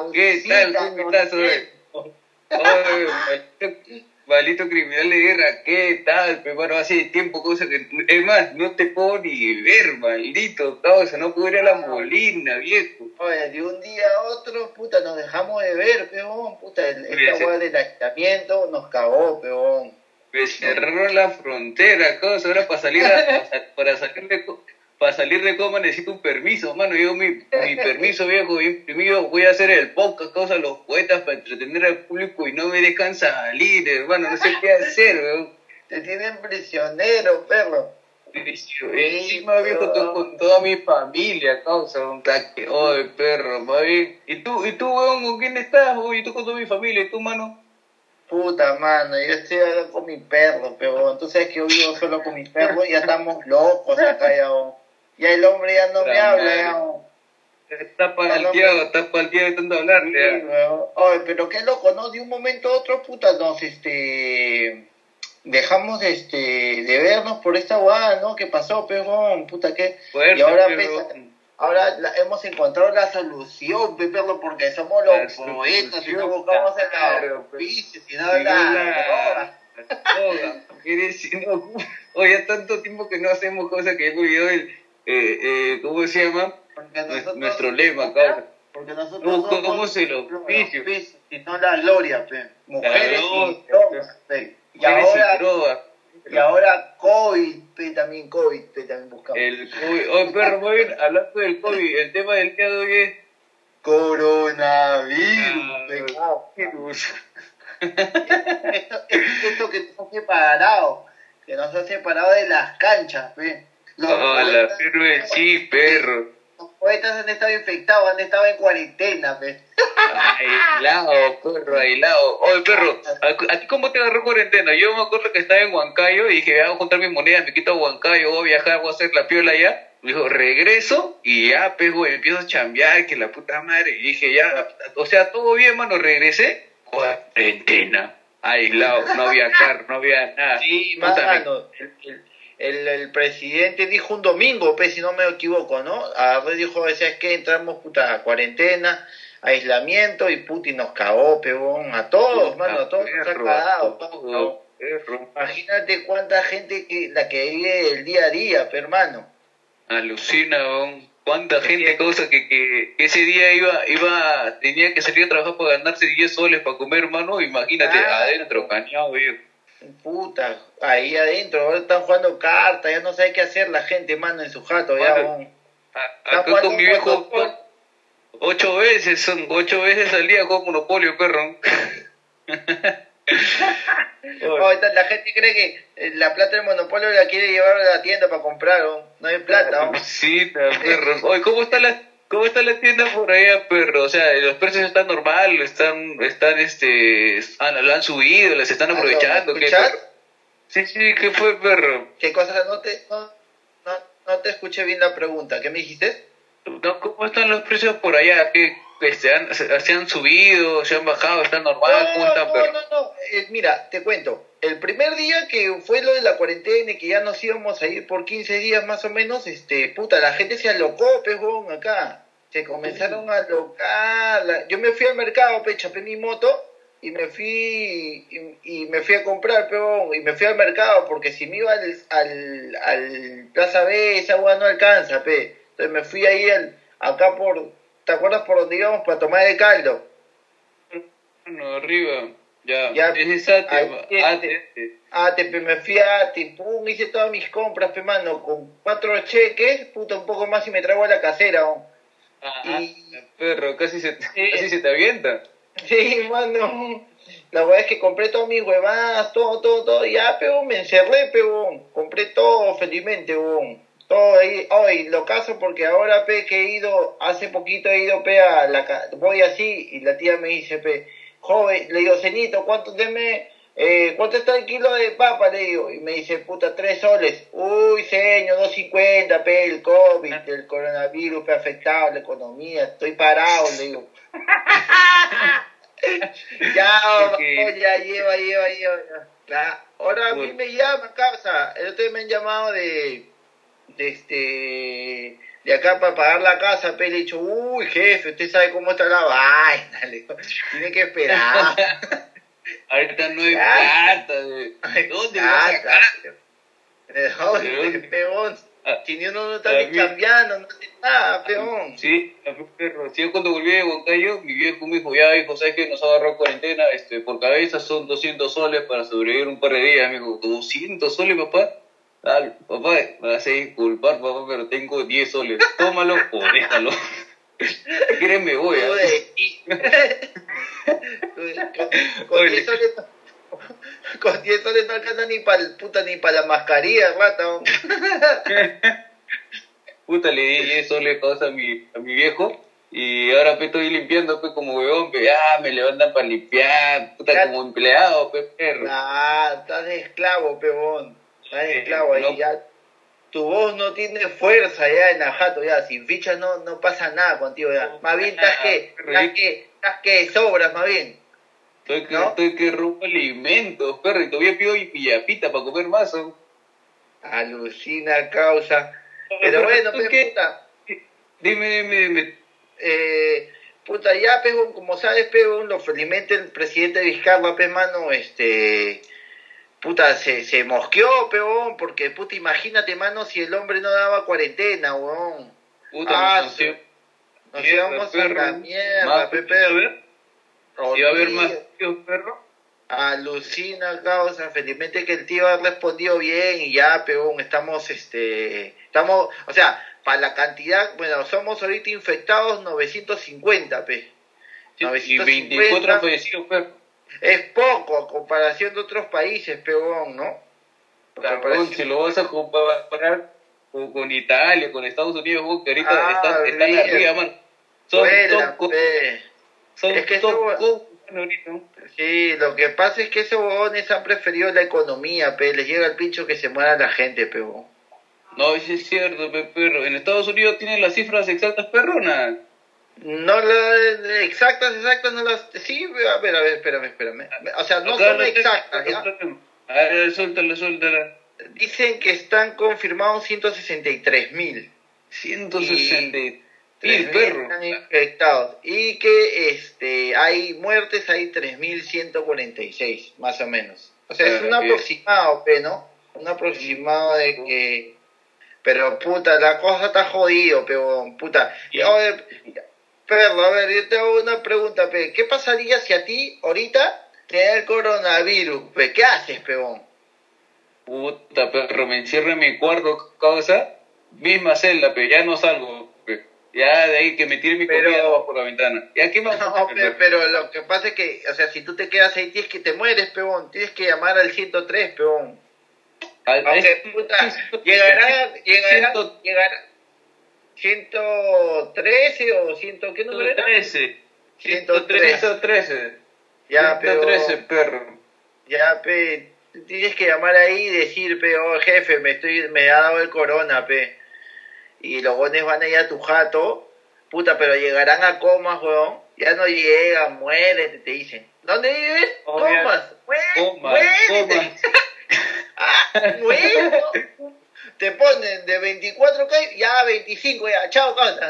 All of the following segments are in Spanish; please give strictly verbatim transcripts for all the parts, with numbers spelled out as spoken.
¿Qué tal? ¿Cómo estás? Oye, oye, maldito, maldito criminal de guerra, ¿qué tal? Pero bueno, hace tiempo, cosa que... Es más, no te puedo ni ver, maldito causa, no puedo ir a la Molina, viejo. Oye, de un día a otro, puta, nos dejamos de ver, peón, puta, el, esta hueá del aislamiento nos cagó, peón. Me cerraron la frontera, causa, ahora para salir a, para salir de... Para salir de coma necesito un permiso, mano. Yo mi, mi permiso viejo imprimido, voy a hacer el podcast, causa los poetas para entretener al público y no me dejan salir, hermano. No sé qué hacer, weón. Te tienen prisionero, perro. Encima, viejo, estoy con toda mi familia, causa, un taque. Oye, perro, mami. ¿Y tú, y tú, weón, con quién estás? Oye, tú con toda mi familia, ¿y tú, mano? Puta, mano, yo estoy acá con mi perro, pero tú sabes que yo vivo solo con mi perro y ya estamos locos acá, ya, weón. Ya el hombre ya no me habla, ya. Está palteado, está palteado de tanto hablar, sí, ya. Oye, pero qué loco, ¿no? De un momento a otro, puta, nos, este... Dejamos, este, de vernos por esta guada, ¿no? ¿Qué pasó, pegón? Puta, ¿qué? Fuerte, y ahora, pero... pesa, ahora la, hemos encontrado la solución, perro, porque somos los poetas y no buscamos en la oficio, sino en la... Droga. No, oye, tanto tiempo que no hacemos cosas que he olvidado el, eh, eh, ¿cómo se llama? Nosotros, nuestro lema, cabrón. Porque nosotros no, somos ¿cómo es el oficio? Y no la gloria, pe. Mujeres no, y drogas, pe. Y ahora, y, droga. y ahora COVID, pe, también COVID, pe, también buscamos. El COVID, oh, perro, muy bien, hablando del COVID, el tema del día de hoy es... Coronavirus, ah, virus. Esto, esto que nos ha separado, que nos ha separado de las canchas, pe. Los oh, la perro, sí, perro. Los poetas han estado infectados, han estado en cuarentena, pe. Aislado, perro, aislado. Oye, perro, ¿a, ¿a ti cómo te agarró cuarentena? Yo me acuerdo que estaba en Huancayo y dije, voy a juntar mis monedas, me quito a Huancayo, voy a viajar, voy a hacer la piola allá. Me dijo, regreso y ya, pues, güey, empiezo a chambear, que la puta madre. Y dije, ya, o sea, todo bien, mano, regresé. Cuarentena, aislado, no había carro, no había nada. Sí, mano, el, el, el, el presidente dijo un domingo, pues, si no me equivoco, ¿no? A ver, dijo, o sea, es que entramos, puta, a cuarentena, aislamiento, y Putin nos cagó, pebón, a todos, sí, mano, a todos nos ha cagado, todo, perro. Imagínate cuánta gente que la que vive el día a día, pe, hermano. Alucina, ¿no? Cuánta gente, cosa que, que ese día iba, iba, tenía que salir a trabajar para ganarse diez soles para comer, hermano, imagínate, ah, adentro, cañado, viejo. Puta, ahí adentro, ahora están jugando cartas, ya no sabe qué hacer la gente, mano, en su jato, ya, bon. Acá con mi viejo, ocho veces, son ocho veces al día con Monopolio, perro. Oh, la gente cree que la plata del monopolio la quiere llevar a la tienda para comprar, ¿no? No hay plata, ¿no? Sí, perro. Oye, ¿cómo está la cómo está la tienda por allá, perro? O sea, los precios están normal, están están este han, lo han subido, las están aprovechando, ¿qué, perro? Sí, sí, ¿qué fue, perro? ¿Qué cosa? No te no, no, no te escuché bien la pregunta. ¿Qué me dijiste? No, ¿cómo están los precios por allá? ¿Qué Este, han, se, se han subido, se han bajado, están normal, no, ¿cómo están, no, perro? No, no, no, eh, mira, te cuento, el primer día que fue lo de la cuarentena y que ya nos íbamos a ir por quince días más o menos, este, puta, la gente se alocó, pejón, acá, se comenzaron a alocar, la... yo me fui al mercado, pe, chapé mi moto y me fui, y, y me fui a comprar, pejón, y me fui al mercado, porque si me iba al, al, al Plaza B, esa agua no alcanza, pe, entonces me fui ahí al, acá por... ¿Te acuerdas por donde íbamos para tomar el caldo? No, arriba. Ya. Ya es Ate, Ate. Ate, pe, me fui a Ate, pum, hice todas mis compras, pe, mano, con cuatro cheques, puta, un poco más y me traigo a la casera, ¿no? Ajá, y... perro, casi se, sí. casi se te avienta. Sí, mano. La verdad es que compré todas mis huevadas, todo, todo, todo, y ya, pero me encerré, pero compré todo felizmente, bon. Todo ahí, hoy lo caso porque ahora, pe, que he ido, hace poquito he ido, pe, a la, voy así, y la tía me dice, pe, joven, le digo, ceñito, ¿cuánto deme, eh, cuánto está el kilo de papa? Le digo, y me dice, puta, tres soles. Uy, señor, dos cincuenta, pe, el COVID, el coronavirus, pe, afectado la economía, estoy parado, le digo. ya, okay. ya, lleva, lleva, lleva, ya. Ahora a mí me llaman, casa, el otro día me han llamado de... de este de acá para pagar la casa, pe, le he dicho, uy, jefe, usted sabe cómo está la vaina, le digo, tiene que esperar. Ahorita no hay plata, ¿de dónde vas a sacar? ¿De dónde, peón? Si ni uno no está ni cambiando, no hace nada, peón. Sí, a mi perro. Sí, yo cuando volví de Huancayo, mi viejo me dijo, ya, hijo, ¿sabes qué? Nos agarró cuarentena, este, por cabeza son doscientos soles para sobrevivir un par de días. Me dijo, ¿doscientos soles, papá? Dale, papá, me vas a disculpar, papá, pero tengo diez soles. Tómalo o déjalo. Si quieres me voy, ¿eh? Con diez soles con diez soles no alcanza ni para puta ni para la mascarilla, rata. Puta, le di diez soles a mi, a mi viejo y ahora pe, estoy limpiando pe, como huevón, pe, ah, me levantan para limpiar, puta, ya, como empleado, pe, perro. Ah, estás de esclavo, peón. Estás de esclavo ahí, no. Ya. Tu voz no tiene fuerza ya en la jato, ya, sin fichas no, no pasa nada contigo ya. No, más bien estás que, estás que, estás que sobras, más bien. Estoy que, ¿no? Estoy que robo alimentos, perro, y todavía pido mi pillapita para comer más. ¿O? Alucina, causa. Pero bueno, pues, ¿qué? Puta. Dime, dime, dime. Eh, puta, ya, pego, como sabes, pego, lo felizmente el presidente de Vizcarra, pe, mano, este... Puta, se, se mosqueó, peón, porque, puta, imagínate, mano, si el hombre no daba cuarentena, weón. Puta, ah, nos, se, nos íbamos a la mierda, pe, perro. ¿Y va a haber más tíos, perro? Alucina, causa, felizmente que el tío ha respondido bien y ya, peón, estamos, este, estamos, o sea, para la cantidad, bueno, somos ahorita infectados novecientos cincuenta, pe. Sí, novecientos cincuenta, y veinticuatro fallecidos, perro. Es poco a comparación de otros países, peón, ¿no? Cabrón, si lo vas a comparar con, con Italia, con Estados Unidos, vos, que ahorita ah, están, están arriba, man. Son Buena, top, son es que top, eso, sí, lo que pasa es que esos bobones han preferido la economía, pe, les llega el pincho que se muera la gente, peón. No, eso es cierto, pe, perro. En Estados Unidos tienen las cifras exactas, perrona. No las exactas, exactas, no las... Sí, a ver, a ver, espérame, espérame. O sea, no son exactas, ¿ya? A ver, suéltala, suéltala. Dicen que están confirmados ciento sesenta y tres mil. ciento sesenta y tres mil, perro. Están infectados. Y que este hay muertes, hay tres mil ciento cuarenta y seis, más o menos. O sea, claro, es un aproximado, pe, ¿no? Un aproximado de que... Pero, puta, la cosa está jodido, pero, puta... Sí. Oye, Perro, a ver, yo te hago una pregunta, pe. ¿Qué pasaría si a ti, ahorita, te da el coronavirus, pe? ¿Qué haces, peón? Puta, perro, me encierro en mi cuarto, causa, misma celda, pe, ya no salgo, pe. Ya de ahí que me tire mi pero... comida por la ventana. ¿Y aquí me No, pe, pero lo que pasa es que, o sea, si tú te quedas ahí, tienes que te mueres, peón. Tienes que llamar al ciento tres, peón. Al, Aunque, es... puta, llegará, llegará, llegará... ¿ciento trece o ciento qué número era? ciento trece. ciento trece. Ya, ciento trece, perro. Ya, pe, tienes que llamar ahí y decir, pe, oh, jefe, me estoy me ha dado el corona, pe. Y los gones van a ir a tu jato, puta, pero llegarán a comas, weón. Ya no llegan, muérete, te dicen. ¿Dónde vives? Oh, comas. Comas, comas. Ah, bueno. Te ponen de veinticuatro K, ya veinticinco, ya, chao, causa.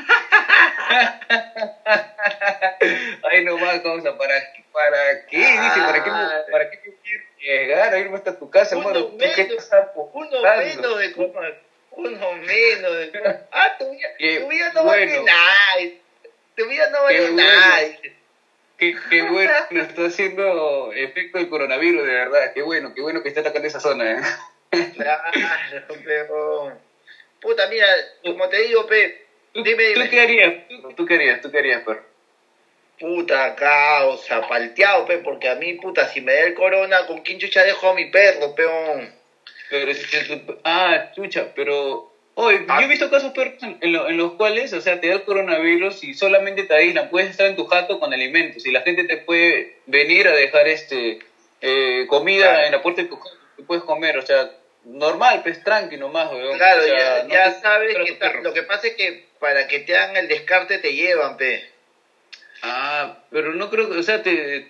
Ay, no más, causa, ¿para, ¿para qué? Ah, dice, ¿para qué, ¿para qué quieres llegar a irme hasta tu casa, uno mano? Menos, uno menos de comas, uno menos de comas. Ah, tu vida, tu vida no bueno. vale nada, tu vida no vale bueno. nada. Qué, qué bueno, está haciendo efecto el coronavirus, de verdad, qué bueno, qué bueno que está atacando esa zona, ¿eh? Claro, pero... Puta, mira, como te digo, pe, dime, dime. ¿Tú qué harías? ¿Tú, tú qué harías? ¿Tú qué harías, perro? Puta causa, palteado, pe, porque a mí, puta, si me da el corona, ¿con quién chucha dejo a mi perro, peón? Pero es que... Ah, chucha, pero... Oye, ah. yo he visto casos, perro, en, lo, en los cuales, o sea, te da el coronavirus y solamente te aíslan. Puedes estar en tu jato con alimentos y la gente te puede venir a dejar este eh, comida claro. en la puerta de tu jato. Te puedes comer, o sea... Normal, pues tranqui nomás, weón. Claro, o sea, ya, no ya sabes que está, lo que pasa es que para que te hagan el descarte te llevan, pe. Ah, pero no creo que, o sea, te,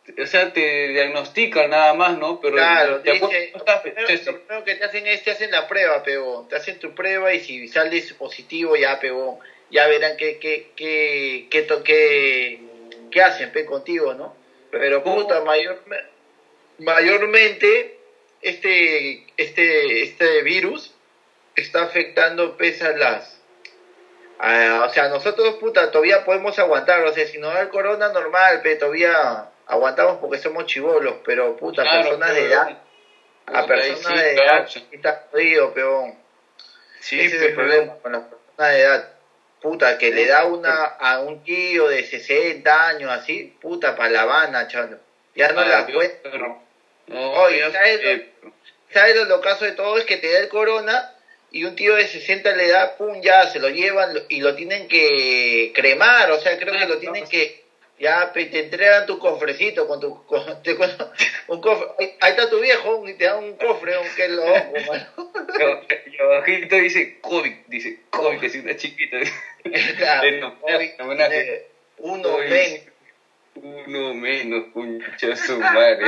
o sea, te diagnostican nada más, ¿no? Pero Claro, te dice, acuerdas, no lo estás primero, fechado. lo primero que te hacen es, te hacen la prueba, pegón. Te hacen tu prueba y si sales positivo, ya, pegón. Ya verán qué, qué, qué, qué, to- qué, qué hacen, pe, contigo, ¿no? Pero, puta, ¿Cómo? mayor, mayormente, este, este, este virus está afectando, pues, a las... a- o sea, nosotros, puta, todavía podemos aguantar. O sea, si nos da el corona normal, pe, todavía aguantamos porque somos chivolos. Pero, puta, Claro, personas de edad... pero, A puta, ahí personas sí, de edad causa. está jodido, peón. Sí, Ese es el pues, problema weón. con las personas de edad. Puta, que le da una Puta, a un tío de sesenta años así, puta, pa' La Habana, chalo. Ya no la adiós, cuenta. perro. No, Oye, ya ¿sabes lo, fue, perro. ¿sabes lo, lo caso de todo? Es que te da el corona y un tío de sesenta le da, pum, ya se lo llevan lo- y lo tienen que cremar, o sea, creo que Ah, lo no, tienen que, ya pe, te entregan tu cofrecito con tu, con, te- con- un cofre, ahí, ahí está tu viejo y te dan un cofre, aunque loco, mano. y abajito dice COVID, dice COVID, que es una chiquita. Claro, En hoy homenaje. tiene uno Hoy menos. uno menos, concha su madre.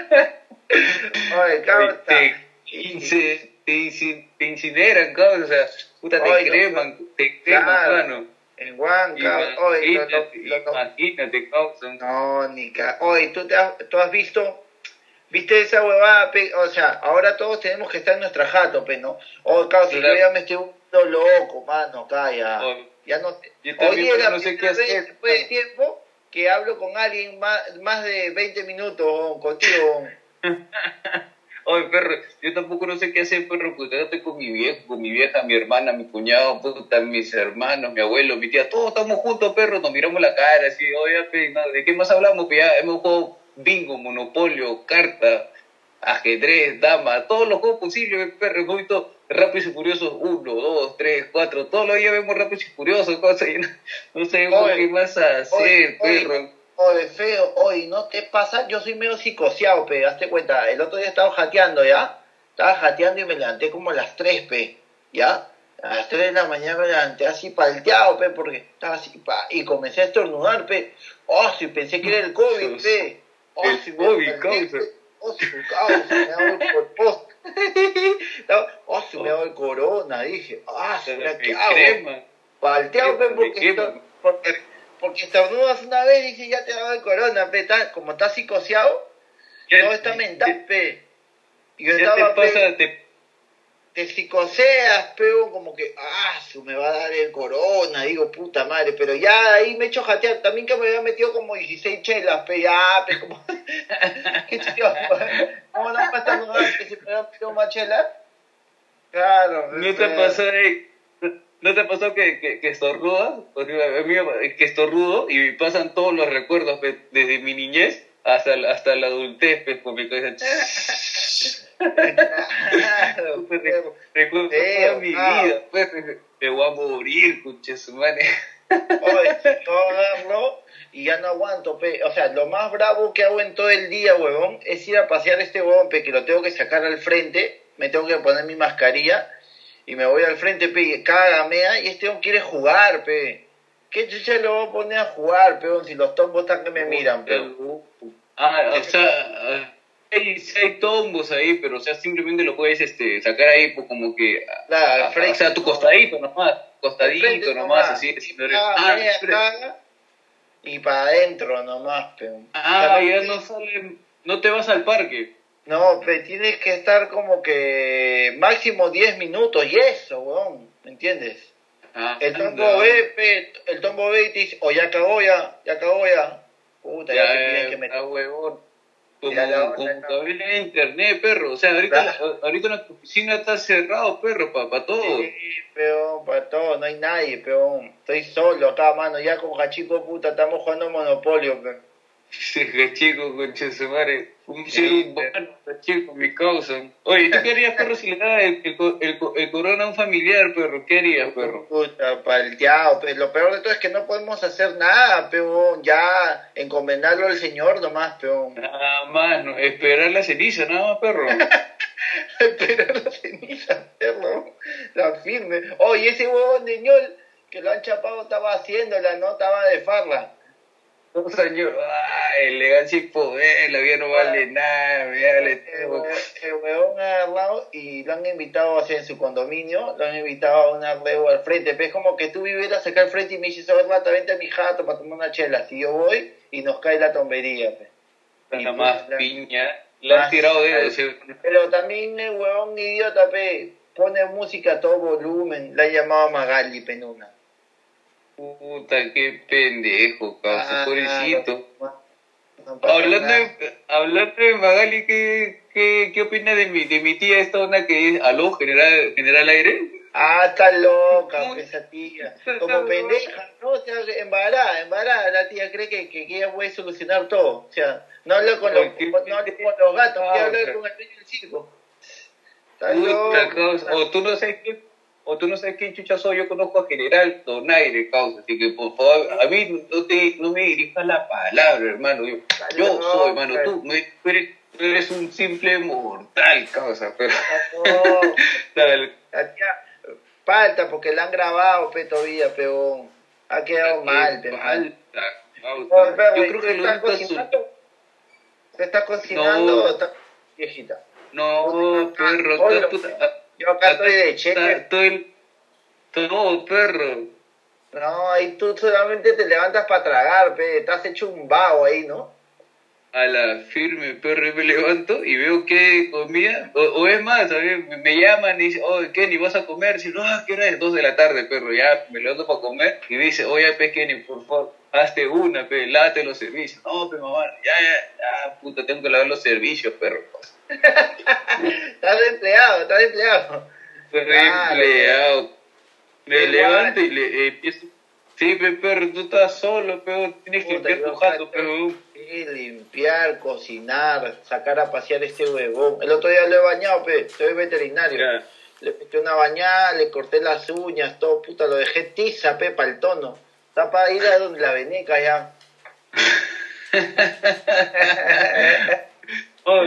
Oye, Hoy causa. te, inci- te, inci- te incineran, cabrón, o sea, puta, te Hoy, lo- creman, te creman, claro, mano. en Huanca, hoy, lo, lo, Imagínate, lo- lo- imagínate, causan. no, ni ca... Oye, ¿tú, te has, tú has visto, viste esa huevada, pe? O sea, ahora todos tenemos que estar en nuestra jato, pe, ¿no? Oye, causa, yo ya me estoy volviendo loco, mano, calla. Oh, Ya no sé. yo Hoy también, día es pero la no sé qué primera vez hacer, después de mano. tiempo que hablo con alguien más, más de veinte minutos, oh, contigo. Oye, perro, yo tampoco no sé qué hacer, perro, porque yo estoy con mi viejo, con mi vieja, mi hermana, mi cuñado, puta, mis hermanos, mi abuelo, mi tía, todos estamos juntos, perro, nos miramos la cara, así, oye, pe, no, ¿de qué más hablamos? Pues ya hemos jugado bingo, monopolio, carta, ajedrez, dama, todos los juegos posibles, perro, hemos visto Rápidos y Furiosos uno, dos, tres, cuatro, todos los días vemos Rápidos y Furiosos, cosas, y no, no sabemos Oye, qué más hacer, Oye, oye, perro. oye, feo, oye, ¿no te pasa? Yo soy medio psicoseado, pe, hazte cuenta. El otro día estaba jateando, ¿ya? Estaba jateando y me levanté como a las tres, pe, ¿ya? A las tres de la mañana me levanté así palteado, pe, porque estaba así, pa, y comencé a estornudar, pe. Oh, sí, pensé que era el COVID, pe. Oh, El sí, me COVID, palteé, causa. pe. Oh, sí, causa, me hago el corona. Oh, sí, me hago el corona, dije. Ah, sí, mira, ¿qué Me hago? crema, Palteado, pe, me porque, quema. esto- porque, porque estornudas una vez y dices, ya te ha dado el corona, pe, ta- como estás psicoseado, todo está mental, pe. Y yo Ya te estaba, pe, pasa, te, te psicoseas, pe, como que, ah, su, me va a dar el corona, digo, puta madre, pero ya ahí me he hecho jatear, también que me había metido como dieciséis chelas, pe, ya, pe, como, qué chido, ¿cómo no me está estornudando que se me había metido más chela? Claro, ¿no te pe. pasó, eh, ¿no te pasó que, que, que estornudas? Porque a mí me- que estornudo y me pasan todos los recuerdos pe, desde mi niñez hasta, la- hasta la adultez, pues, por mi cabeza. Claro, Pues, pe. recu- Recuerdo Feo, toda mi ah. vida, pues, me voy a morir, conche su madre. Oye, si no agarro y ya no aguanto, pe. O sea, lo más bravo que hago en todo el día, huevón, es ir a pasear a este huevón, pe, que lo tengo que sacar al frente, me tengo que poner mi mascarilla y me voy al frente, pe, y cada mea y este huevón quiere jugar, pe. ¿Qué chucha lo voy a poner a jugar, peón, si los tombos están que me miran, pe? Ah, o sea, ah, hay, sí hay tombos ahí, pero o sea, simplemente lo puedes este, sacar ahí pues, como que, Claro, al a- a- frente, o sea, a tu no. costadito nomás, Al costadito frente nomás, así. así, no eres- Cada ah, mea pero- caga y para adentro nomás, peón. ah, O sea, ya no sale, no te vas al parque. No, pe, tienes que estar como que máximo diez minutos y eso, weón, ¿me entiendes? Ah, El tombo anda. ve, pe, el tombo ve y te dice, o ya acabó ya, ya acabó ya. Puta, ya, Ya, te piden que eh, me... ah, huevón. Como, Ya la hora, como no. cable de internet, perro. O sea, ahorita, Claro. la- ahorita la oficina está cerrado, perro, para todo. Sí, peón, para todo, no hay nadie, peón. Estoy solo acá, mano, ya con Hachico, puta, estamos jugando Monopolio, peón. Ese chico, concha su madre. Un Sí, ser humano, chico, mi causa. Oye, ¿tú qué harías, perro, si le da el, el, co- el, co- el corona a un familiar, perro? ¿Qué harías, perro? Puta, palteado, pero lo peor de todo es que no podemos hacer nada, peón. Ya encomendarlo al Señor nomás, peón. Nada más, no, esperar la ceniza, nada más, perro. Esperar la ceniza, perro. La firme. Oye, ese huevón de ñol que lo han chapado estaba haciéndola, ¿no? Estaba de farla. Dos años, elegancia y poder, la vida no vale nada, vale todo. El huevón ha agarrado y lo han invitado, o sea, en su condominio, lo han invitado a un arreo al frente, pero es como que tú vivieras acá al frente y me dices, a ver, Rata, vente a mi jato para tomar una chela, si yo voy y nos cae la tombería, pe. Nada más piña, le han tirado dedos. ¿Sí? Pero también el huevón idiota, pe, pone música a todo volumen, la ha llamado a Magali, penuna. Puta, qué pendejo, causa, Ah, pobrecito. no, no pasa Hablando nada. de, hablando de Magali, ¿qué, qué, qué opina de mi, de mi tía esta una que es aló, general, general aire? Ah, está loca, Muy- pues, esa tía. Como pendeja, ¿no? O sea, embarada, embarada. La tía cree que, que, que ella puede solucionar todo. O sea, no habla con los, Ay, qué con- no habla con los gatos, Ah, quiere hablar o sea. con el dueño del circo. Está Puta, loca. causa. O tú no sabes quién, o tú no sabes quién chucha soy, yo conozco a General Donaire, causa, así que por favor, a mí no, te, no me dirijas la palabra, hermano. Yo, yo soy, hermano, tú, me- tú, eres, tú eres un simple mortal, causa, pero No, tal, la tía falta porque la han grabado, pe, todavía, peón. Ha quedado mal, qué pe, man. falta, causa. Oye, perro, Yo ¿y creo se que lo está único es cocinando? ¿Se está cocinando No. o está viejita? no, perro, Oye, acá, puta, yo acá estoy de está cheque. todo el, todo, perro. No, ahí tú solamente te levantas para tragar, pe. Estás hecho un vago ahí, ¿no? A la firme, perro, y me levanto y veo que comida, o, o es más, ¿sabes? Me, me llaman y dicen, oh, Kenny, ¿vas a comer? Y no, ¿qué hora es? Dos de la tarde, perro, ya me levanto para comer y me dice, oye, pe, Kenny, por favor, hazte una, pe, lávate los servicios. No, pe, mamá, ya, ya, ya, puta, tengo que lavar los servicios, perro. Estás empleado, estás empleado. Estoy Claro, empleado. Me Igual. levanto y le eh, empiezo, sí, pe, perro, tú estás solo, pero tienes que Puta, limpiar yo tu jato, acá pero... Sí, limpiar, cocinar, sacar a pasear este huevón. El otro día lo he bañado, pe, soy veterinario. Ya. Le metí una bañada, le corté las uñas, todo, puta, lo dejé tiza, pe, para el tono. Está para ir a donde la veneca ya. Oh,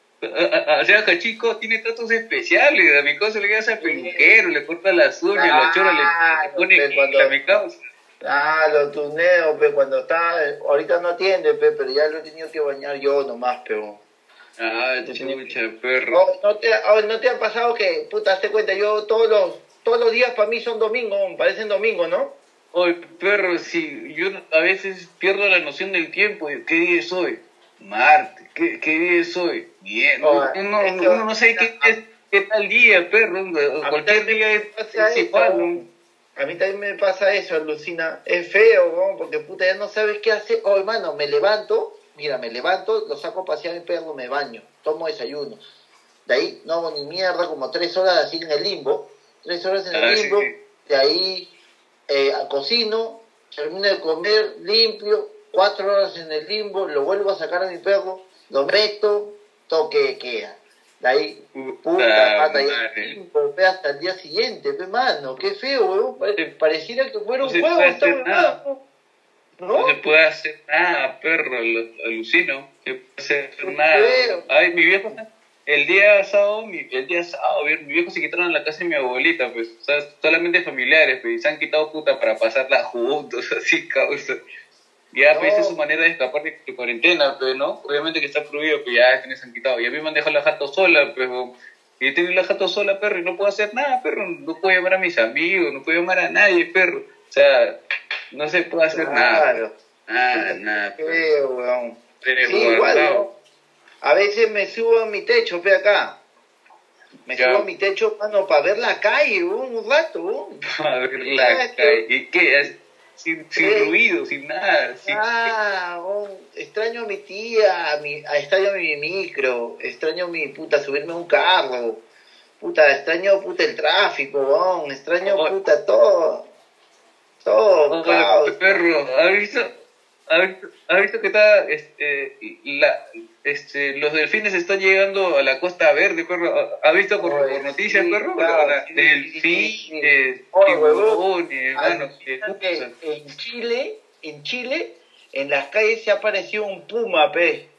o sea, Cachico tiene tratos especiales. A mi causa le llevas al peluquero, le corta las uñas, la chora, le, le Claro, pone pe, cuando- química, mi causa. Ah, lo tuneo, pe, cuando está, ahorita no atiende, pe, pero ya lo he tenido que bañar yo nomás, pero... Ah, chucha, perro. Oh, ¿no, te, oh, ¿No te ha pasado que, puta, hazte cuenta, yo todos los, todos los días para mí son domingos, parecen domingos, ¿no? Oye, perro, si yo a veces pierdo la noción del tiempo, ¿qué día es hoy? Martes, ¿qué, qué día es hoy? Bien, Oh, uno, es que- uno no sabe qué, qué, qué tal día, perro, A mí cualquier también día me es, pasa es eso. igual, ¿no? A mí también me pasa eso, alucina. Es feo, ¿no? Porque puta, ya no sabes qué hacer. Oh, hermano, me levanto, mira, me levanto, lo saco a pasear el perro, me baño, tomo desayuno. De ahí no hago ni mierda, como tres horas así en el limbo, tres horas en el Ah, sí, limbo, sí. de ahí eh, cocino, termino de comer, limpio, cuatro horas en el limbo, lo vuelvo a sacar a mi perro, lo meto, toque queda. De ahí, puta, Puta pata, y madre. limpo, ve hasta el día siguiente, ve, mano, qué feo, weón. Pare- No se- pareciera que fuera no un se juego puede esta hacer huevada, nada. ¿no? No se puede hacer nada, perro, lo- alucino. No se puede hacer Qué nada. feo. Ay, mi viejo, el día sábado, mi, el día sábado, mi mi viejo se quitaron a la casa de mi abuelita, pues, o sea, solamente familiares, pues, y se han quitado puta para pasarla juntos, así, causa. Ya, No. pues, esa es su manera de escapar de, de cuarentena, pues, ¿no? Obviamente que está prohibido, pues, ya, que se han quitado. Y a mí me han dejado la jato sola, pues, y tengo la jato sola, perro, y no puedo hacer nada, perro, no puedo llamar a mis amigos, no puedo llamar a nadie, perro. O sea, no se puede hacer nada. Claro. Nada, nada. Qué perro. feo, weón. Eres Sí, igual, guardado. ¿no? A veces me subo a mi techo, ve acá. Me Ya. subo a mi techo, mano, para ver la calle, weón, un rato, weón. A ver la calle. ¿Y qué? Es sin, sin Sí. ruido, sin nada. Sin... Ah, weón, extraño a mi tía, a mi, a- extraño mi micro, extraño mi puta, subirme a un carro. Puta, extraño puta el tráfico, weón, extraño Oh. puta todo. Todo, Oye, caos. perro, ¿has visto? ¿Has visto, has visto que está, este, la, este, los delfines están llegando a la Costa Verde, perro? ¿Has visto por, Oye, por noticias, sí, perro? claro, La- sí, delfines, sí, sí. Oye, tiburones, hermano. Alucina que en Chile, en Chile, en las calles se ha aparecido un puma, pe.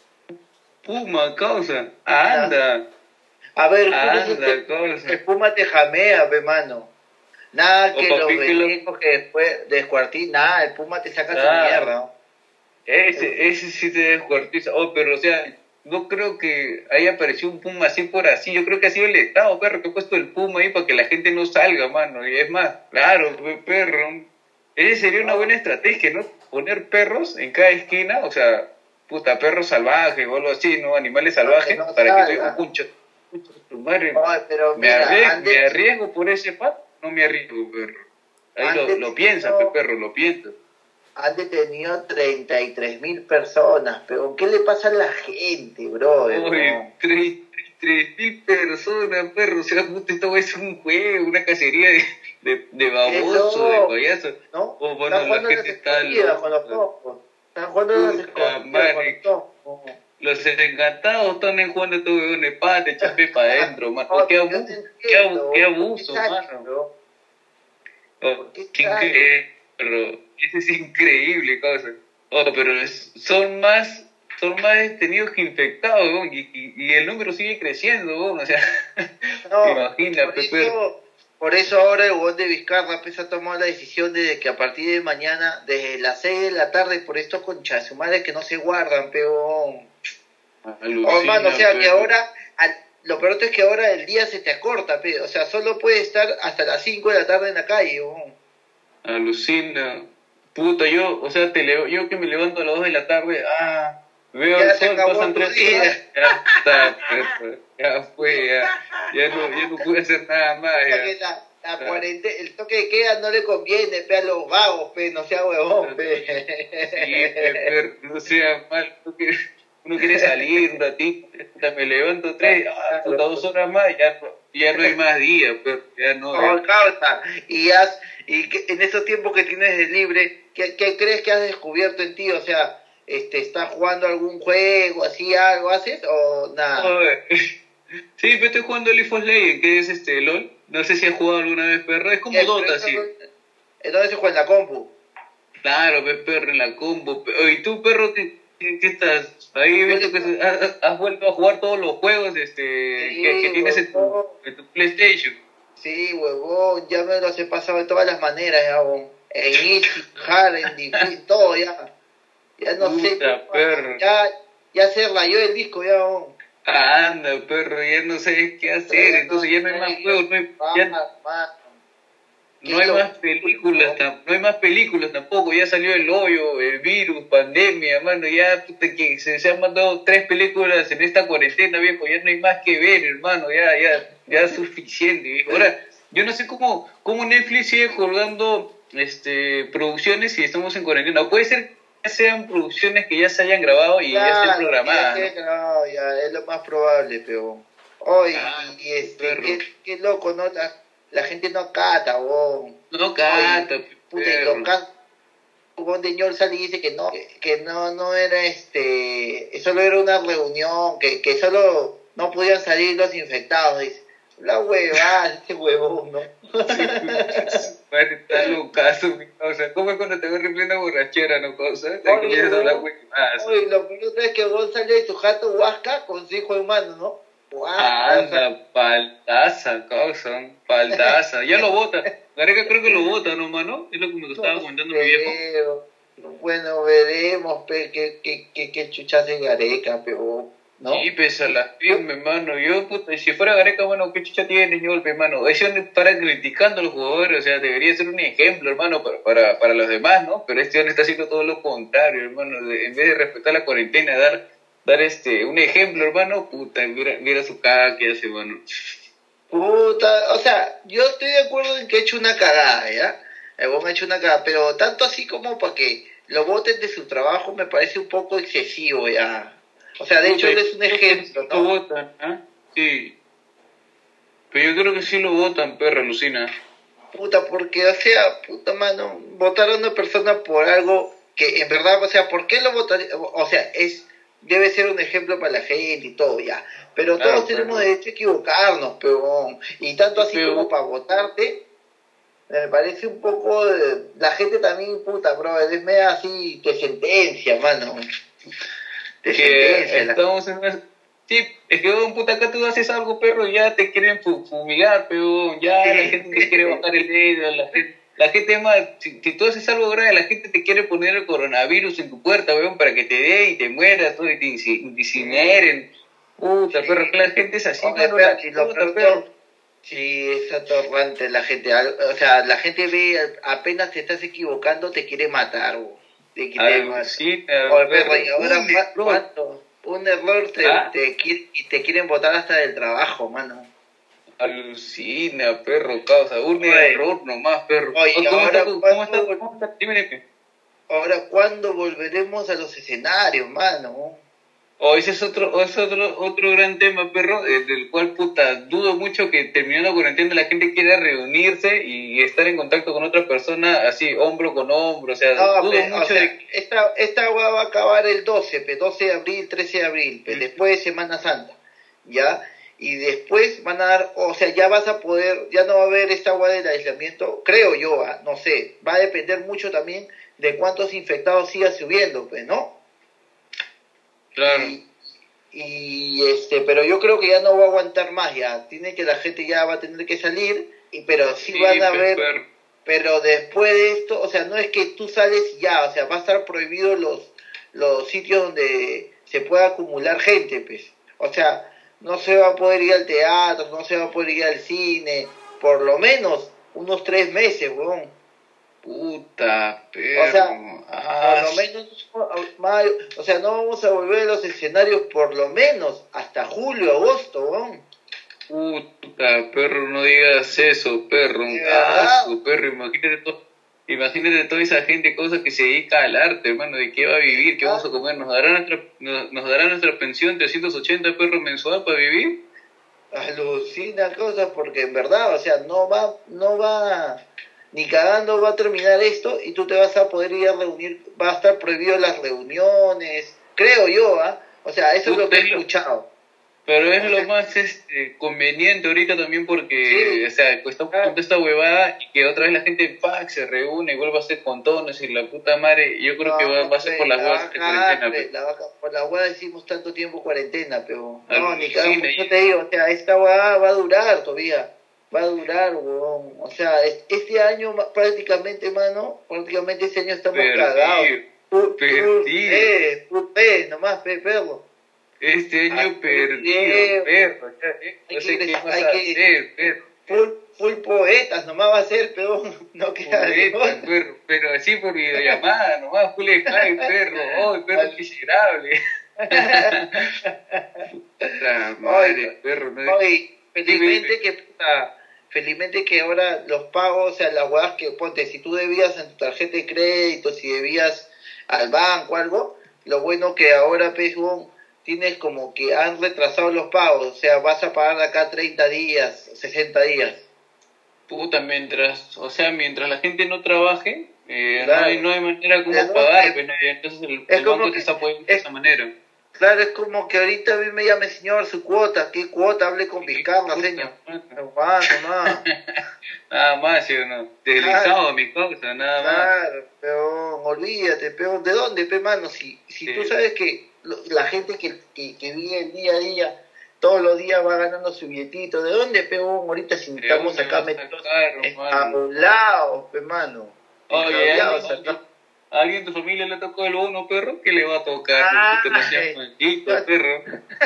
Puma, causa. Anda, A ver, tú anda, dices que causa. el puma te jamea, pe, mano. Nada O que papi, los que lo- venecos que después descuartí, nada, el puma te saca Ah. tu mierda, ¿no? Ese, ese sí te descuartiza. Oh, pero o sea, no creo que haya aparecido un puma así por así. Yo creo que ha sido el Estado, perro, que ha puesto el puma ahí para que la gente no salga, mano. Y es más, claro, pe- perro. Esa sería una buena estrategia, ¿no? Poner perros en cada esquina, o sea, puta, perros salvajes o algo así, ¿no? Animales Para que salvajes, no para que tú digas, salga. pucha, pucha, tu madre, Ay, pero me mira, arriesgo, han, me de- arriesgo por ese pato, no me arriesgo, perro. Ahí han lo, lo piensas, pe, detenido, perro, lo piensas. han detenido treinta y tres mil personas, pero ¿qué le pasa a la gente, brother? Oye, No? tres, tres mil personas, perro, o sea, puta, esto es un juego, una cacería de, de, de ¡Qué baboso, de loco! payaso. ¿No? Oh, bueno, Están la jugando a las gente está escondidas con los loca. topos. Están jugando a las Puta escondidas con madre, los topos. los encantados están en jugando todo de un empate, chapé para adentro, mano. Oh, Qué yo no abuso, qué, abu- qué entiendo, ¿por qué abuso, salen, mano. bro? Oh, ¿Por qué qué salen? increíble, perro. Eso es increíble, cosa. Oh, pero es- son más, son más detenidos que infectados, weón, y, y, y el número sigue creciendo, weón, o sea, te No, imaginas, por pe, perro. eso, por eso ahora el gobierno de Vizcarra pues, ha tomado la decisión de que a partir de mañana, desde las seis de la tarde, por estos conchas, su madre que no se guardan, peón. Oh, mano, o Alucina, sea que perro. ahora, al- lo peor es que ahora el día se te acorta, pe, o sea, solo puedes estar hasta las cinco de la tarde en la calle, weón. Alucina. Puta, yo, o sea, te leo, yo que me levanto a las dos de la tarde, ah, veo el Ya se sol, acabó pasan tu tres día. horas, ya está, perro, ya fue, ya, ya no, ya no pude hacer nada más, O sea ya. que la, la Ah, cuarentena, el toque de queda no le conviene, pe, a los vagos, pe, no sea huevón, sí, pe. pe, perro, no sea mal, uno quiere, uno quiere salir un ratito, puta, me levanto tres, ah, puta, dos horas más, ya no, ya no hay más días, pero ya no, Oh, ya. causa. Y, has, y que, en esos tiempos que tienes de libre, ¿qué, ¿qué crees que has descubierto en ti? O sea, este, ¿estás jugando algún juego, así, algo haces o nada? Joder. Sí, pero estoy jugando League of Legends, que es este LOL. No sé si has jugado alguna vez, perro. Es como ¿Qué, pero Dota, eso, sí. entonces se juega en la compu. Claro, ve perro en la combo. pe- ¿Y tú, perro, qué, qué, qué estás? Ahí he Yo visto le que se- has, has vuelto a jugar todos los juegos este, que, que sí, tienes en tu, huevón, en tu PlayStation. sí, huevón, ya me los he pasado de todas las maneras, ya, huevón. En easy, hard, en difícil, todo ya. Ya no sé Puta, cómo hacer, perro. ya, ya se rayó el disco, ya, huevón. Ah, anda, perro, ya no sabes qué hacer. Ya no Entonces ya no hay más sé, juegos, no hay, ah, ya mano, no qué hay más locura, películas, huevón. tam- no hay más películas tampoco, ya salió el hoyo, el virus, pandemia, mano, ya puta, que se, se han mandado tres películas en esta cuarentena, viejo, ya no hay más que ver, hermano, ya, ya, ya es suficiente, viejo. Ahora, yo no sé cómo, cómo Netflix sigue colgando este producciones si estamos en cuarentena, o puede ser que sean producciones que ya se hayan grabado y ya estén Claro, ya programadas, sé, ¿no? no, ya es lo más probable, pero. Hoy, Ah, y este, perro. qué, qué loco, ¿no? La, la gente no cata, weón. No Oye, cata, puta, y perro. los casos, weón, de ñor sale y dice que no, que, que no, no era este, solo era una reunión, que, que solo no podían salir los infectados, dice. La huevada, este huevón, ¿no? Madre, está locazo, mi cosa. ¿Cómo es cuando te ves en plena borrachera, no cosa? Te Oye, comienzas a hablar weón, huevadas. oye, lo primero es que vos sale de su jato huasca con su hijo hermano, ¿no? Huasca, o sea, Anda, paltaza, cosa, paltaza. Ya lo bota. Gareca creo que lo bota, ¿no, mano? Es lo que me estaba no comentando mi viejo. creo. Bueno, veremos, pe, qué, qué, qué, qué chuchas en Gareca, pero, ¿no? Sí, pesa la firme, mano. Yo, puta, si fuera Gareca, bueno, ¿qué chucha tiene, golpe, mano? Eso no es para criticando a los jugadores, o sea, debería ser un ejemplo, hermano, para, para, para los demás, ¿no? Pero este hombre está haciendo todo lo contrario, hermano. De- en vez de respetar la cuarentena, dar, dar este, un ejemplo, hermano, puta, mira, mira su caga que hace, mano. Puta, o sea, yo estoy de acuerdo en que he hecho una cagada, ¿ya? El huevón ha hecho una cagada, pero tanto así como para que lo voten de su trabajo me parece un poco excesivo, ya. O sea, de hecho Puta, él es un yo creo que ejemplo, sí lo ¿no? votan, ¿ah? Sí. Pero yo creo que sí lo votan, perro, alucina. Puta, porque, o sea, puta mano, votar a una persona por algo que en verdad, o sea, ¿por qué lo votaría? O sea, es, debe ser un ejemplo para la gente y todo, ya. Pero Claro, todos tenemos perro. derecho a equivocarnos, pero, y tanto así Pero, como para votarte, me parece un poco, de- la gente también, puta, bro, es medio así, te sentencia, mano. Te que sentencia. La... estamos en una... Sí, es que, un puta, acá tú haces algo, perro, y ya te quieren fu- fumigar, pero ya la gente te quiere bajar el dedo, la gente, la gente más, si, si tú haces algo grave, la gente te quiere poner el coronavirus en tu puerta, weón, para que te dé y te mueras, todo, y te inci- incineren. Puta, Sí. pero la gente es así, Oye, mano, pero la si lo puta, peor perro. todo- sí, es atorrante la gente. al- O sea, la gente ve, apenas te estás equivocando, te quiere matar, bo. Te quiere matar. Alucina, Oye, perro. pero y ahora, Un ¿cuá- error. ¿cuánto? Un error te, ¿Ah? te, qui- y te quieren botar hasta del trabajo, mano. Alucina, perro, causa. Un Oye, error nomás, perro. oye, Oh, ¿Cómo ahora, está tu, cómo está, ¿cuándo, cómo está? Dime, dime. ahora, ¿cuándo volveremos a los escenarios, mano? O ese es otro, o es otro, otro gran tema, perro, eh, del cual, puta, dudo mucho que terminando la cuarentena la gente quiera reunirse y estar en contacto con otra persona así, hombro con hombro, o sea, No, dudo pe, o mucho sea, de... esta, esta hueá va a acabar el doce, pe, doce de abril, trece de abril, pe, Mm. después de Semana Santa, ¿ya? Y después van a dar, o sea, ya vas a poder, ya no va a haber esta hueá del aislamiento, creo yo, ¿ah? No sé, va a depender mucho también de cuántos infectados siga subiendo, pues, ¿no? Claro. Y, y este, pero yo creo que ya no va a aguantar más, ya, tiene que la gente ya va a tener que salir, y, pero sí, Sí, van a pues, haber... perro. Pero después de esto, o sea, no es que tú sales y ya, o sea, va a estar prohibido los, los sitios donde se pueda acumular gente, pues. O sea, no se va a poder ir al teatro, no se va a poder ir al cine, por lo menos unos tres meses, weón. Puta, O sea, perro. por Ah, lo menos, mayo, o sea, no vamos a volver a los escenarios por lo menos hasta julio, agosto, weón. puta, perro, no digas eso, perro. ¿De Ah, verdad? su perro, imagínate todo. Imagínate toda esa gente, cosa que se dedica al arte, hermano, de qué va a vivir, qué vamos a comer, nos dará nuestra, nos, nos dará nuestra pensión trescientos ochenta perros mensual para vivir. Alucina cosas porque en verdad, o sea, no va, no va, ni cagando va a terminar esto y tú te vas a poder ir a reunir, va a estar prohibido las reuniones, creo yo, ¿ah? O sea, eso es lo que he Puta, escuchado. pero es O lo sea, más este, conveniente ahorita también porque, sí, o sea, pues estamos ah, con esta huevada y que otra vez la gente pack, se reúne y vuelve a hacer contones y la puta madre, yo creo que va, no, va a ser por pe, las la va huevas a de cagar, cuarentena, pe, pues. la va a cagar. Por la hueá hicimos tanto tiempo cuarentena, pero no, ni cagamos, Alucina, yo y- te digo, o sea, esta hueá va a durar todavía, va a durar, huevón. O sea, es- este año ma- prácticamente, mano, prácticamente este año estamos cagados. perdido, Pur, pur, perdido. eh, pur, eh, nomás, pe, perro. Este Hay año que, perdido, perro. Ya, eh, hay no sé que, qué vas hay a que, hacer, perro. full, full poetas, nomás va a ser, peón, no queda de Poeta, otra. perro. Pero así por videollamada, nomás, full Skype, perro. Oh, perro miserable. La madre, Oye, perro. No, oye, dime, felizmente dime. que, puta, felizmente que ahora los pagos, o sea, las huevas que ponte, si tú debías en tu tarjeta de crédito, si debías al banco o algo, lo bueno que ahora, pues, huevón, tienes como que han retrasado los pagos, o sea, vas a pagar de acá treinta días, sesenta días. Puta, mientras, o sea, mientras la gente no trabaje, eh, no hay, Claro. no hay manera como Es, pagar, pues, ¿no? Y entonces el, es el como banco te que, está apoyando de es, esa manera. claro, es como que ahorita a mí me llame señor su cuota, ¿qué cuota? Hable con Sí, Vizcarra, puta, señor. mano. No aguanto más. Nada más, ¿sí o no? Deslizado mi causa, nada más. Claro, peón, olvídate, peón. ¿De dónde, pe, mano? Si, si tú Sí. sabes que lo- la gente que, que, que vive el día a día, todos los días va ganando su billetito, ¿de dónde, peón? Ahorita si ¿De estamos dónde acá vas a metidos sacar, hermano? enjaulados, pe, mano. Oye, Enjaulados ¿alguien, acá. ¿a alguien de tu familia le tocó el bono, perro? ¿Qué le va a tocar? Puta, no seas Ay, maldito, perro.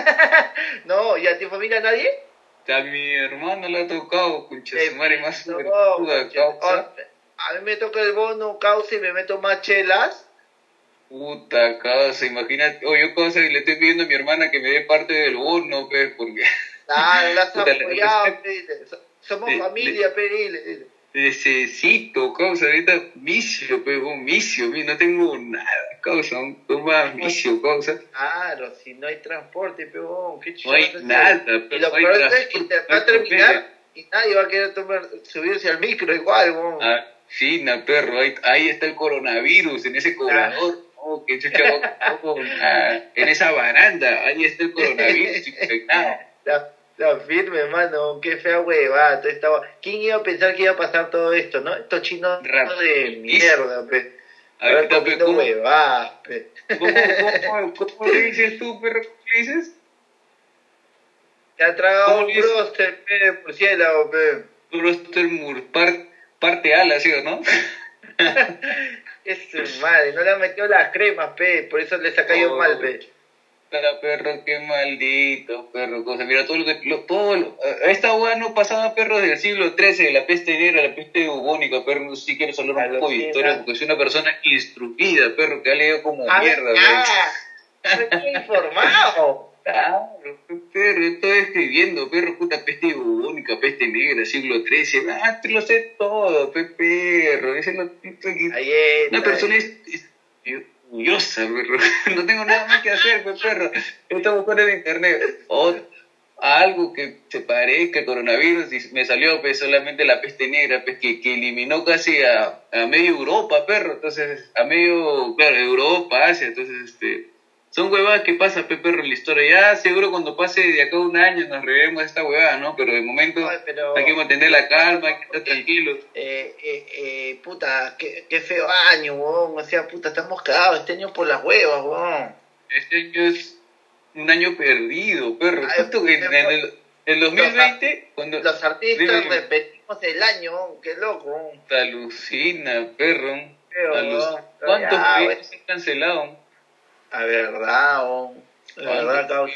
no, ¿y a tu familia nadie? A mi hermano le ha tocado, concha Eh, su madre, más no, suertuda, conche- causa. a mí me toca el bono, causa, y me meto más chelas. Puta causa, imagínate. Oye, yo causa, y le estoy pidiendo a mi hermana que me dé parte del bono, pues, porque... Ah, las has Puta, la- apoyado, la- pe, dile. So- Somos de- familia, pe, dile, dile. necesito, causa, ahorita vicio, pues, un vicio, mi, no tengo nada, causa, un toma vicio, causa. Claro, si no hay transporte, peón, qué No hay chucha. nada, Y pero lo no hay peor es que transporte, te no va hay a terminar comer. y nadie va a querer tomar, subirse al micro igual, weón. Ah, sí, na, perro, ahí, ahí está el coronavirus, en ese cobrador. Oh, qué chucha, oh, oh, ah, en esa baranda, ahí está el coronavirus infectado. La, la firme, mano, qué fea huevada. todo estaba- ¿Quién iba a pensar que iba a pasar todo esto, no? Estos chinos Rap- de mierda, pe. Ahora Ahorita, pe, comiendo ¿cómo, huevadas, pe. cómo, cómo, cómo le dices tú, perro? ¿Cómo le dices? Se ha tragado ¿Cómo un le dices? broster, pe, de murciélago, pe. Broster Murpar, parte ala, ¿sí o no? Es su madre, no le han metido las cremas, pe, por eso les ha caído Oh, mal, pe. Para perro, qué maldito, perro, cosa. Mira, todo lo que, lo, todo lo- esta hueá no pasaba, perro, del siglo trece, de la peste negra, la peste bubónica, perro, no sé si quieres hablar un poco de historia, porque soy una persona instruida, perro, que ha leído como A mierda, ver, perro. ah, estoy informado. Claro, perro, estoy escribiendo, perro, puta, peste bubónica, peste negra, siglo trece, ah, te lo sé todo, pe, perro, ese lo, Ahí está. una persona es, es orgullosa, perro, no tengo nada más que hacer, pe, perro, estamos buscando en internet, o algo que se parezca al coronavirus, y me salió, pues, solamente la peste negra, pues, que, que eliminó casi a, a medio Europa, perro, entonces, a medio, claro, Europa, Asia, entonces, este... Son huevadas que pasan, pe perro, en la historia. Ya seguro cuando pase de acá a un año nos reveremos de esta huevada, ¿no? Pero de momento Ay, pero- hay que mantener la calma, hay que estar tranquilos. Eh, eh, eh, puta, qué, qué feo año, weón. O sea, puta, estamos cagados este año por las huevas, weón. Este año es un año perdido, perro. Ay, Justo que en, en el, el dos mil veinte, cuando... Los artistas Dime, dime. repetimos el año, weón. Qué loco, weón. Te alucina, perro. Feo, Alus- weón. ¿Cuántos Ya, proyectos se han cancelado? La verdad, weón. La ¿Cuánto? verdad, causa.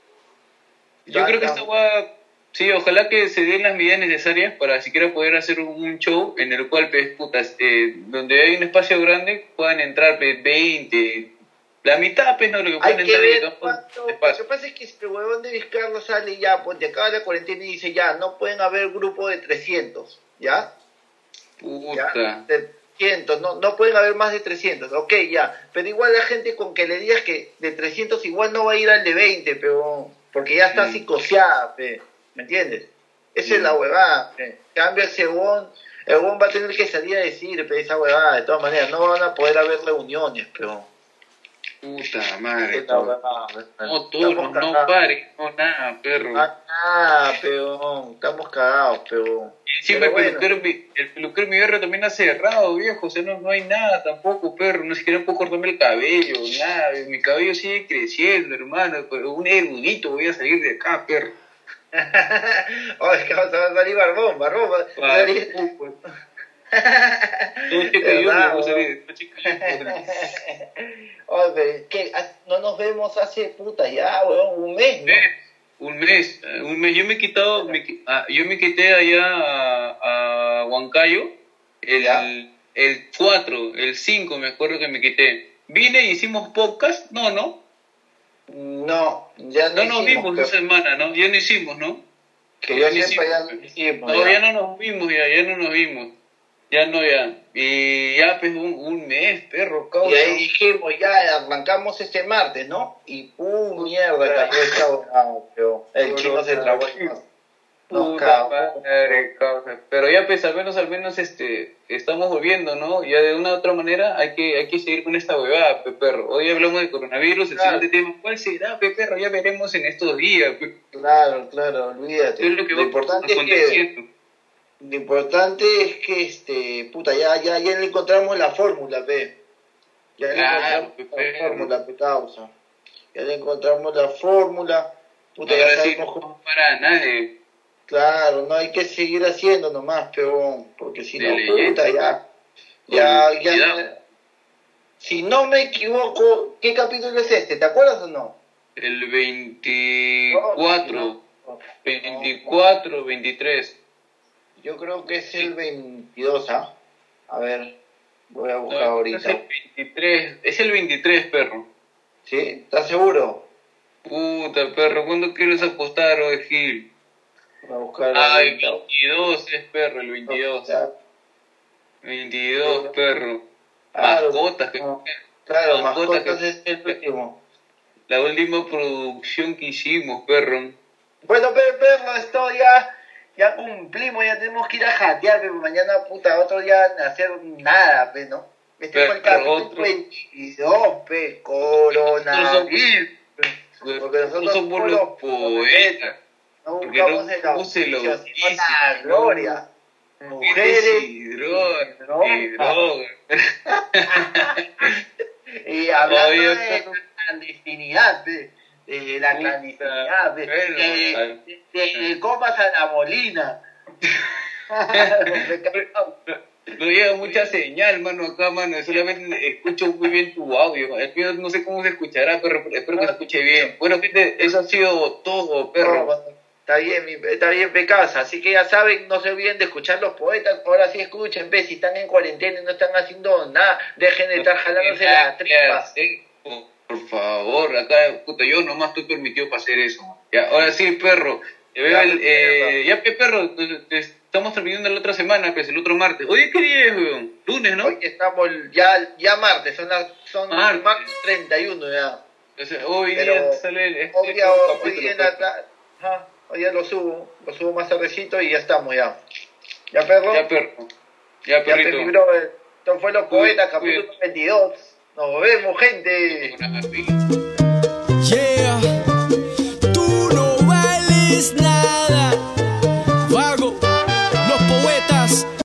Yo creo que Ya, esta hueá, sí, ojalá que se den las medidas necesarias para siquiera poder hacer un, un show en el cual, pues, putas, eh, donde hay un espacio grande, puedan entrar, pues, veinte, la mitad, pues, no, lo que Hay pueden que entrar ver en el campo cuánto. de Lo que espacio. pasa es que si el huevón de Vizcarra sale y ya, pues te acaba la cuarentena y dice ya, no pueden haber grupo de trescientos, ¿ya? Puta. ¿Ya? De trescientos, no, no pueden haber más de trescientos, ok, ya. Pero igual la gente con que le digas que de trescientos igual no va a ir al de veinte, pero porque ya está Mm. psicoseada, pe, ¿me entiendes? Esa es Mm. la huevada, pe. En cambio el huevón, el huevón va a tener que salir a decir, pe, esa huevada, de todas maneras, no van a poder haber reuniones, pero... Puta madre. Esa es la huevada, pe. No turnos, Estamos no cagados. pares, no nada, perro. Ah, ah, peón, estamos cagados, peón. Y encima Pero el bueno. peluquero, mi- el peluquero mi barrio también ha cerrado, viejo, o sea, no, no hay nada tampoco, perro, no siquiera puedo cortarme el cabello, nada, mi cabello sigue creciendo, hermano, pero un erudito voy a salir de acá, perro. Oh, es que va a salir barbón, barbón. Va va a salir... Todo chica y yo, ¿Verdad, voy a weón? salir, todo chica y yo, voy a salir. Oye, ¿qué? No nos vemos hace puta ya, weón, un mes, ¿no? Un mes, eh, un mes, yo me he quitado, me qui- ah, yo me quité allá a, a Huancayo el, Ya. el cuatro, el cinco me acuerdo que me quité. Vine y hicimos podcast, no, no, No, ya no, no nos hicimos, vimos pero esa semana, ¿no? Ya no hicimos, ¿no? que yo no sepa ya no hicimos. hicimos. No, ya. ya no nos vimos, ya, ya no nos vimos. Ya no, ya. Y ya, pues, un, un mes, perro, causa. Y ahí dijimos, ya arrancamos este martes, ¿no? Y pum, mierda, cayó esta huevada, pero el chino se trabó el paso. Nos Puta cagó. madre, causa. Pero ya, pues, al menos, al menos, este, estamos volviendo, ¿no? Ya de una u otra manera hay que, hay que seguir con esta huevada, pe perro. Hoy hablamos de coronavirus, el Claro. siguiente tema, ¿cuál será, pe perro? Ya veremos en estos días, pe. Claro, claro, olvídate. Es lo que Lo va importante es que... aconteciendo. Lo importante es que, este, puta, ya, ya, ya le encontramos la fórmula, pe. Ya le Claro, encontramos pe, la fórmula, pe, causa. Ya le encontramos la fórmula. Puta, Ahora ya sí, sabemos no cómo. para nadie. Claro, no hay que seguir haciendo nomás, peón. Porque si no, De leyenda. puta, ya. Ya, ya. Cuidado. Si no me equivoco, ¿qué capítulo es este? ¿Te acuerdas o no? El veinticuatro, No, no. veinticuatro, veintitrés. Yo creo que es el veintidós, ¿ah? A ver, voy a buscar No, ahorita. es el veintitrés, es el veintitrés, perro. ¿Sí? ¿Estás seguro? Puta, perro, ¿cuándo quieres apostar hoy, Gil? Voy a buscar Ah, el ahorita. veintidós es, perro, el veintidós. Ya. veintidós, perro. Claro. Mascotas, que No. Claro, Mascotas mascotas que- es el último. la última producción que hicimos, perro. Bueno, pero, pero esto ya, ya cumplimos, ya tenemos que ir a jatear, pero mañana, puta, otro día no hacer nada, pe, ¿no? Este Pero fue el capítulo otro- veintidós, pe, coronavirus. Porque nosotros No somos puros los poetas. No porque buscamos no el puse el auspicio, sino auspicio, la ¿no? gloria. Mujeres Y droga, droga. y droga. y hablando Oye, de pero- la clandestinidad, pe, de la Puta, clandestinidad, pe, pero, de, al- de, de copas a la molina. No llega mucha señal, mano, acá, mano. Solamente escucho muy bien tu audio. El mío no sé cómo se escuchará, pero espero que se escuche bien. Bueno, gente, eso ha sido todo, perro. No, está bien, mi- está bien, Pecasa. Así que ya saben, no se olviden de escuchar los poetas. Ahora sí escuchen, ve, si están en cuarentena y no están haciendo nada, dejen de estar jalándose las tripas. Por favor, acá, puta, yo nomás estoy permitido para hacer eso. Ya, ahora sí, perro. Te veo Ya, el, pues, eh, ya, pe, perro, te- te- estamos terminando la otra semana, pues, el otro martes. Oye, ¿qué día es, weón? Lunes, ¿no? Hoy estamos ya, ya martes, son las son Martes. martes treinta y uno ya. O sea, hoy Pero día sale el, este hoy día, nuevo hoy capítulo, día en pues. la ta- ajá, hoy día lo subo, lo subo más tardecito y ya estamos ya. ¿Ya, perro? Ya, perro. Ya, Ya, perrito. pe, mi brother. Esto fue Los Cuídate, Poetas, capítulo cuídate. veintidós. Nos vemos, gente. Una-